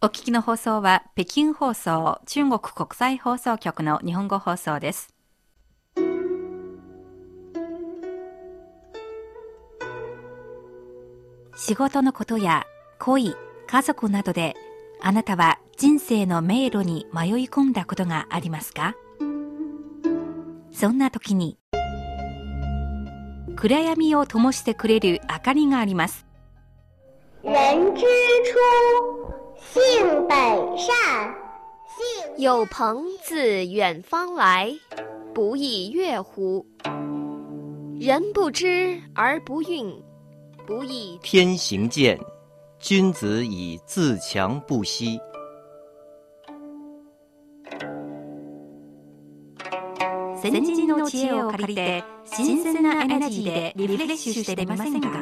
お聞きの放送は北京放送中国国際放送局の日本語放送です。仕事のことや恋、家族などであなたは人生の迷路に迷い込んだことがありますか？そんな時に暗闇を灯してくれる明かりがあります。 人之初，性本善。 有朋自遠方來，不亦樂乎？人不知而不愠，不亦天行健，君子以自強不息。 先人の知恵を借りて新鮮なエナジーでリフレッシュしてみませんか？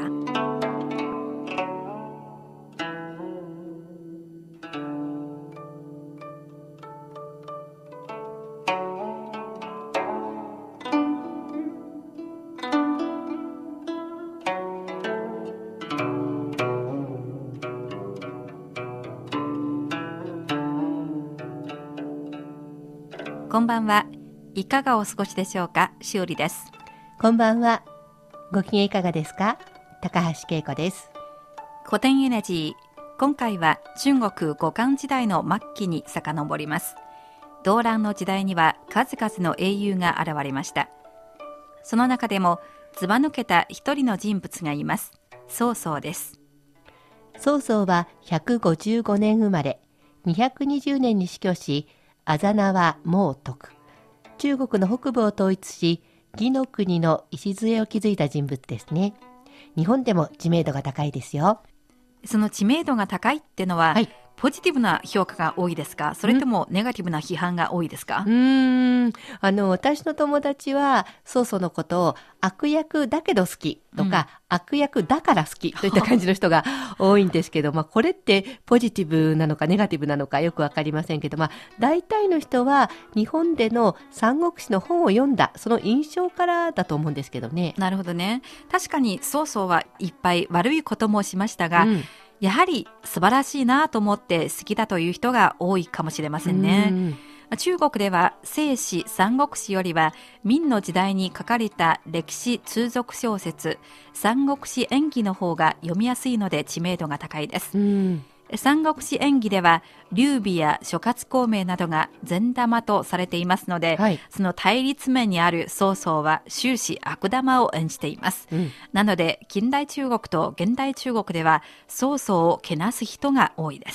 こんばんは。いかがお過ごしでしょうか？しおりです。 こんばんは。ご機嫌いかがですか？高橋恵子です。 古典エナジー。今回は中国後漢時代の末期に遡ります。動乱の時代には数々の英雄が現れました。その中でもずば抜けた一人の人物がいます。曹操です。 曹操は155年生まれ、220年に死去し、あざ名は孟徳。中国の北部を統一し、魏の国の礎を築いた人物ですね。日本でも知名度が高いですよ。 その知名度が高いってのは、ポジティブな評価が多いですか？それともネガティブな批判が多いですか？ 私の友達は曹操のことを悪役だけど好きとか、悪役だから好きといった感じの人が多いんですけど、これってポジティブなのかネガティブなのかよくわかりませんけど、大体の人は日本での三国志の本を読んだその印象からだと思うんですけどね。 なるほどね。確かに曹操はいっぱい悪いこともしましたが、やはり素晴らしいなと思って好きだという人が多いかもしれませんね。中国では正史三国志よりは明の時代に書かれた歴史通俗小説三国志演義の方が読みやすいので知名度が高いです。三国志演義では劉備や諸葛孔明などが善玉とされていますので、その対立面にある曹操は終始悪玉を演じています。なので近代中国と現代中国では曹操をけなす人が多いです。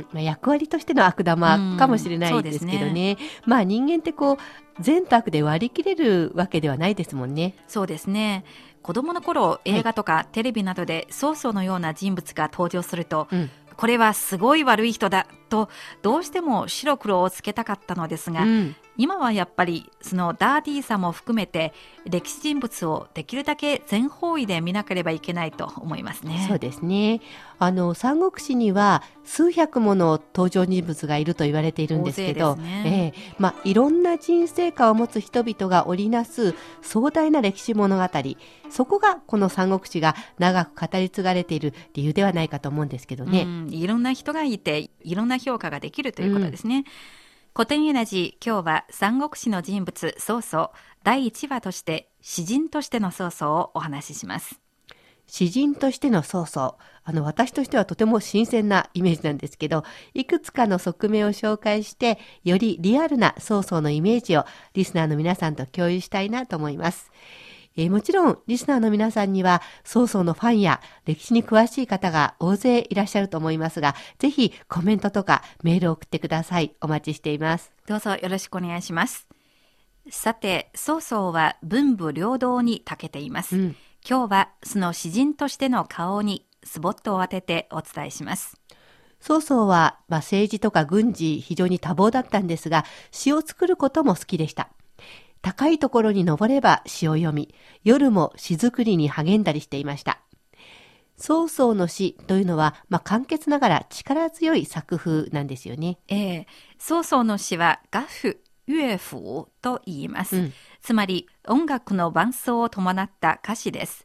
役割としての悪玉かもしれないですけどね。人間って善と悪で割り切れるわけではないですもんね。 そうですね。子供の頃映画とかテレビなどで曹操のような人物が登場すると、これはすごい悪い人だとどうしても白黒をつけたかったのですが、今はやっぱりそのダーティーさも含めて歴史人物をできるだけ全方位で見なければいけないと思いますね。 そうですね。三国志には数百もの登場人物がいると言われているんですけど、いろんな人生観を持つ人々が織りなす壮大な歴史物語、そこがこの三国志が長く語り継がれている理由ではないかと思うんですけどね。 いろんな人がいていろんな評価ができるということですね。古典エナジー、今日は三国志の人物曹操第1話として詩人としての曹操をお話しします。 詩人としての曹操、私としてはとても新鮮なイメージなんですけど、いくつかの側面を紹介してよりリアルな曹操のイメージをリスナーの皆さんと共有したいなと思います。もちろんリスナーの皆さんには曹操のファンや歴史に詳しい方が大勢いらっしゃると思いますが、ぜひコメントとかメールを送ってください。お待ちしています。 どうぞよろしくお願いします。さて、曹操は文武両道に長けています。今日はその詩人としての顔にスポットを当ててお伝えします。 曹操は、政治とか軍事非常に多忙だったんですが、詩を作ることも好きでした。高いところに登れば詩を読み、夜も詩作りに励んだりしていました。曹操の詩というのは、簡潔ながら力強い作風なんですよね。 曹操の詩は楽譜、乐譜と言います。つまり音楽の伴奏を伴った歌詞です。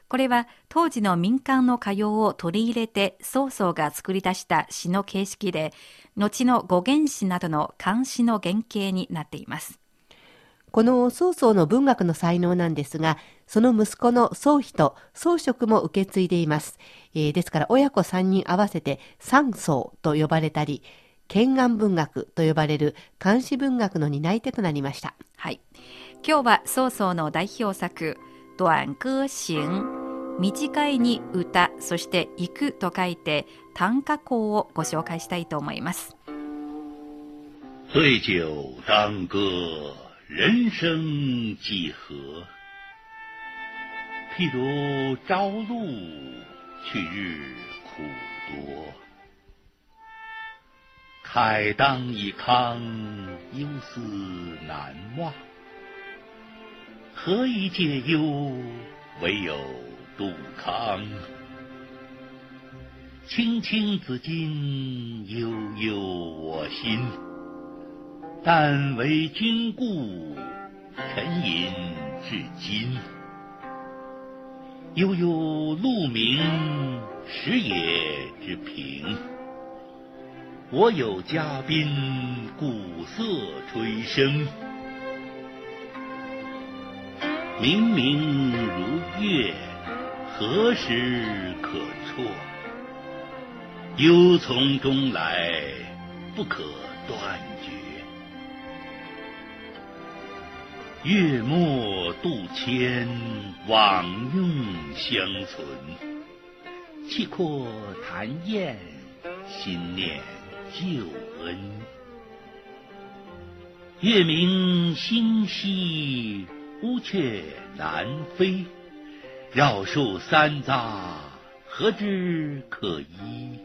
これは当時の民間の歌謡を取り入れて曹操が作り出した詩の形式で、後の五言詩などの漢詩の原型になっています。 この曹操の文学の才能なんですが、その息子の曹丕と曹植も受け継いでいます。ですから親子3人合わせて三曹と呼ばれたり、懸案文学と呼ばれる漢詩文学の担い手となりました。 はい。今日は曹操の代表作、短歌行、短いに歌、そして行くと書いて短歌行をご紹介したいと思います。 对酒当歌，人生几何？譬如朝露，去日苦多。慨当以慷，忧思难忘。何以解忧？唯有杜康。青青子衿，悠悠我心。但为君故，沉吟至今。悠悠鹿鸣，食野之苹。我有嘉宾，鼓瑟吹笙。明明如月，何时可辍？忧从中来，不可断绝。月末度迁，往用相存。气阔谈宴，心念旧恩。月明星稀，乌鹊南飞。绕树三匝，何之可依？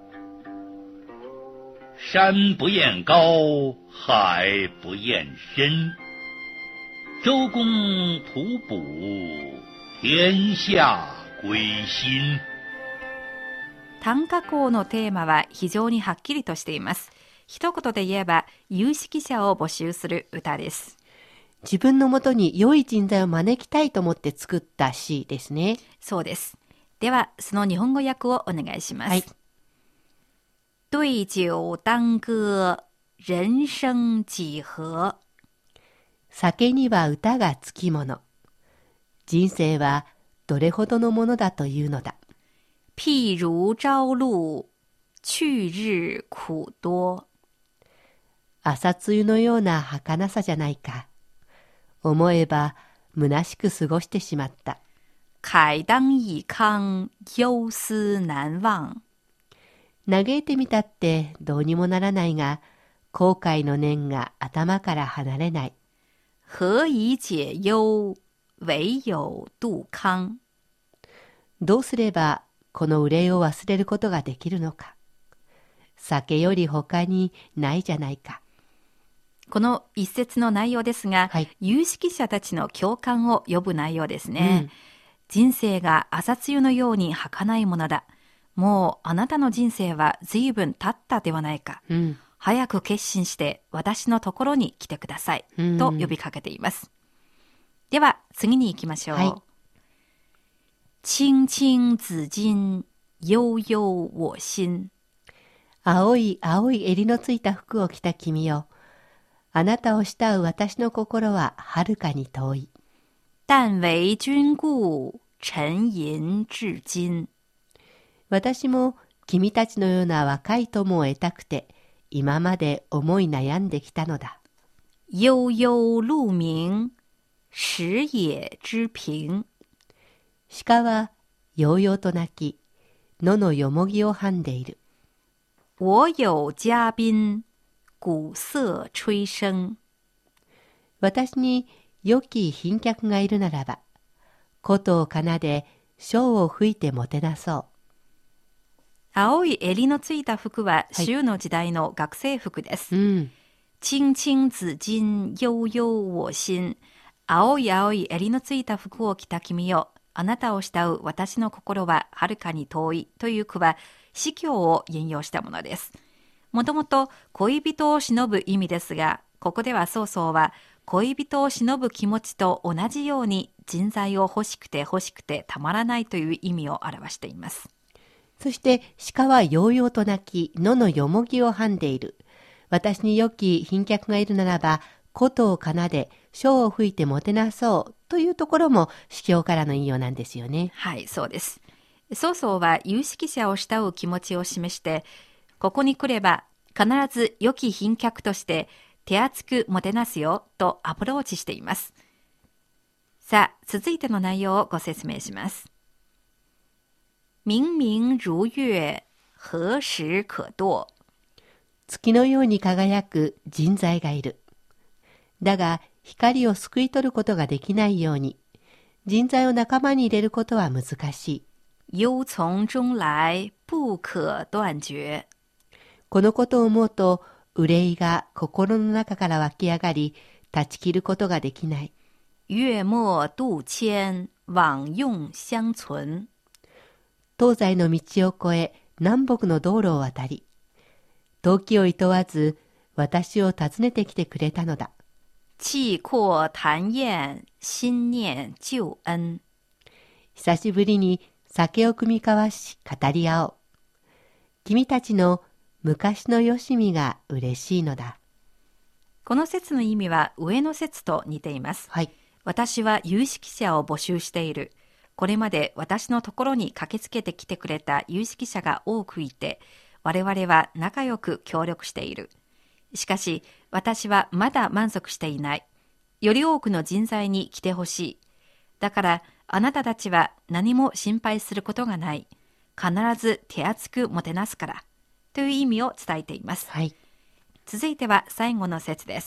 山不厌高，海不厌深。周公吐哺，天下归心。 短歌行のテーマは非常にはっきりとしています。一言で言えば、有識者を募集する歌です。 自分のもとに良い人材を招きたいと思って作った詩ですね。 そうです。では、その日本語訳をお願いします。はい。对酒当歌、人生几何。 酒には歌がつきもの。人生はどれほどのものだというのだ。 譬如朝露、去日苦多。 朝露のような儚さじゃないか。思えば虚しく過ごしてしまった。 慨当以慷、憂思難忘。 嘆いてみたってどうにもならないが、後悔の念が頭から離れない。 何以解憂、唯有杜康。 どうすればこの憂いを忘れることができるのか。酒より他にないじゃないか。 この一節の内容ですが、有識者たちの共感を呼ぶ内容ですね。人生が朝露のように儚いものだ。もうあなたの人生は随分経ったではないか。早く決心して私のところに来てください。と呼びかけています。では次に行きましょう。青青子衿、悠悠我心。 青い青い襟のついた服を着た君よ。あなたを慕う私の心ははるかに遠い。 但为君故、沉吟至今。 私も君たちのような若い友を得たくて、今まで思い悩んできたのだ。 悠悠鹿鳴、食野之苹。 鹿はようようと鳴き、野のよもぎをはんでいる。 我有嘉賓、鼓瑟吹笙。 私に良き賓客がいるならば、琴を奏で、笙を吹いてもてなそう。 青い襟のついた服は周の時代の学生服です。青青子衿、悠悠我心。青い青い襟のついた服を着た君よ。あなたを慕う私の心ははるかに遠いという句は詩教を引用したものです。もともと恋人を偲ぶ意味ですが、ここでは曹操は恋人を偲ぶ気持ちと同じように人材を欲しくてたまらないという意味を表しています。 そして鹿はようようと鳴き、野のよもぎをはんでいる。私に良き賓客がいるならば、琴を奏で、笙を吹いてもてなそうというところも詩経からの引用なんですよね。 はい、そうです。曹操は有識者を慕う気持ちを示して、ここに来れば必ず良き賓客として手厚くもてなすよとアプローチしています。さあ、続いての内容をご説明します。明明如月、何時可度。 月のように輝く人材がいる。だが光をすくい取ることができないように、人材を仲間に入れることは難しい。 憂從中來、不可斷絕。 このことを思うと、憂いが心の中から湧き上がり、断ち切ることができない。 月末渡千、往用相存。 東西の道を越え、南北の道路を渡り、時を厭わず、私を訪ねてきてくれたのだ。 气阔談宴、心念舊恩。 久しぶりに酒を酌み交わし語り合おう。君たちの昔のよしみが嬉しいのだ。 この説の意味は上の説と似ています。 はい。 私は有識者を募集している。これまで私のところに駆けつけてきてくれた有識者が多くいて、我々は仲良く協力している。しかし、私はまだ満足していない。より多くの人材に来てほしい。だから、あなたたちは何も心配することがない。必ず手厚くもてなすから。という意味を伝えています。 はい。 続いては最後の説です。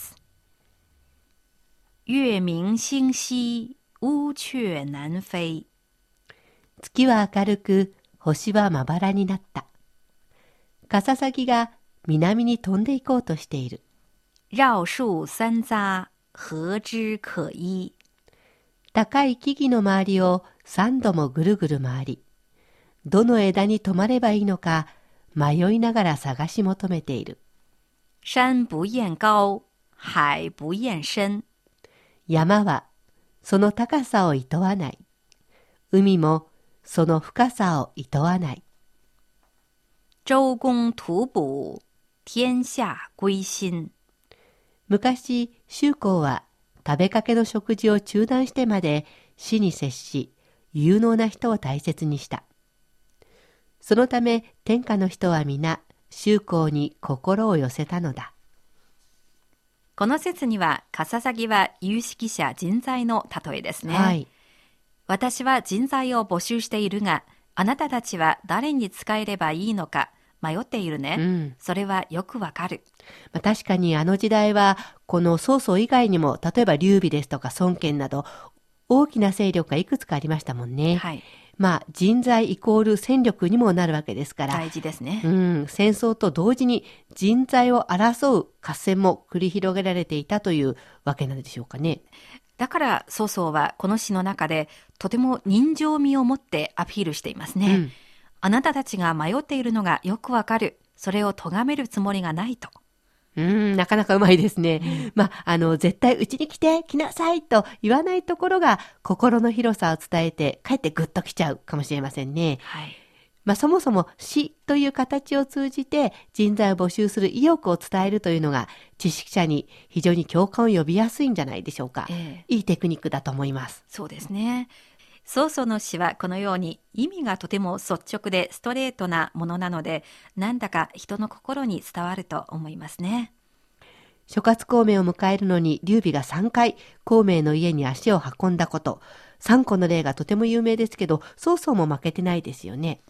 月明星稀、烏鵲南飛。 月は明るく、星はまばらになった。カササギが南に飛んでいこうとしている。 繞樹三匝、何之可依。 高い木々の周りを3度もぐるぐる回り、どの枝に止まればいいのか迷いながら探し求めている。 山不厭高、海不厭深。 山はその高さを厭わない。海もその深さを厭わない。 周公吐哺、天下归心。 昔、周公は食べかけの食事を中断してまで死に接し、有能な人を大切にした。そのため天下の人は皆、周公に心を寄せたのだ。 この説には、カササギは有識者人材の例えですね。 はい。 私は人材を募集しているが、あなたたちは誰に使えればいいのか迷っているね。それはよくわかる。 確かにあの時代は、この曹操以外にも、例えば劉備ですとか孫権など、大きな勢力がいくつかありましたもんね。 はい。 人材イコール戦力にもなるわけですから。 大事ですね。 戦争と同時に人材を争う合戦も繰り広げられていたというわけなんでしょうかね。 だから曹操はこの詩の中でとても人情味を持ってアピールしていますね。あなたたちが迷っているのがよくわかる。それを咎めるつもりがないと。 なかなかうまいですね。絶対うちに来なさいと言わないところが心の広さを伝えて、かえってグッと来ちゃうかもしれませんね。 はい。 そもそも詩という形を通じて人材を募集する意欲を伝えるというのが知識者に非常に共感を呼びやすいんじゃないでしょうか。いいテクニックだと思います。 そうですね。曹操の詩はこのように意味がとても率直でストレートなものなので、なんだか人の心に伝わると思いますね。 諸葛孔明を迎えるのに劉備が3回孔明の家に足を運んだこと、3個の例がとても有名ですけど、曹操も負けてないですよね。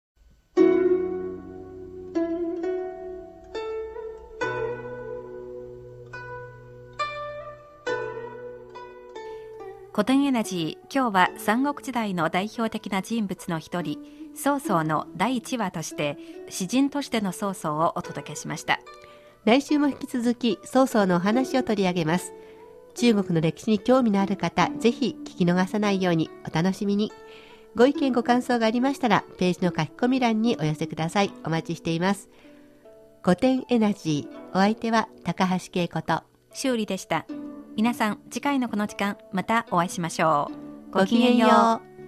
古典エナジー、今日は三国時代の代表的な人物の一人、曹操の第1話として詩人としての曹操をお届けしました。 来週も引き続き曹操のお話を取り上げます。中国の歴史に興味のある方、ぜひ聞き逃さないようにお楽しみに。ご意見ご感想がありましたらページの書き込み欄にお寄せください。お待ちしています。古典エナジー、お相手は高橋恵子と修理でした。 皆さん次回のこの時間またお会いしましょう。 ごきげんよう。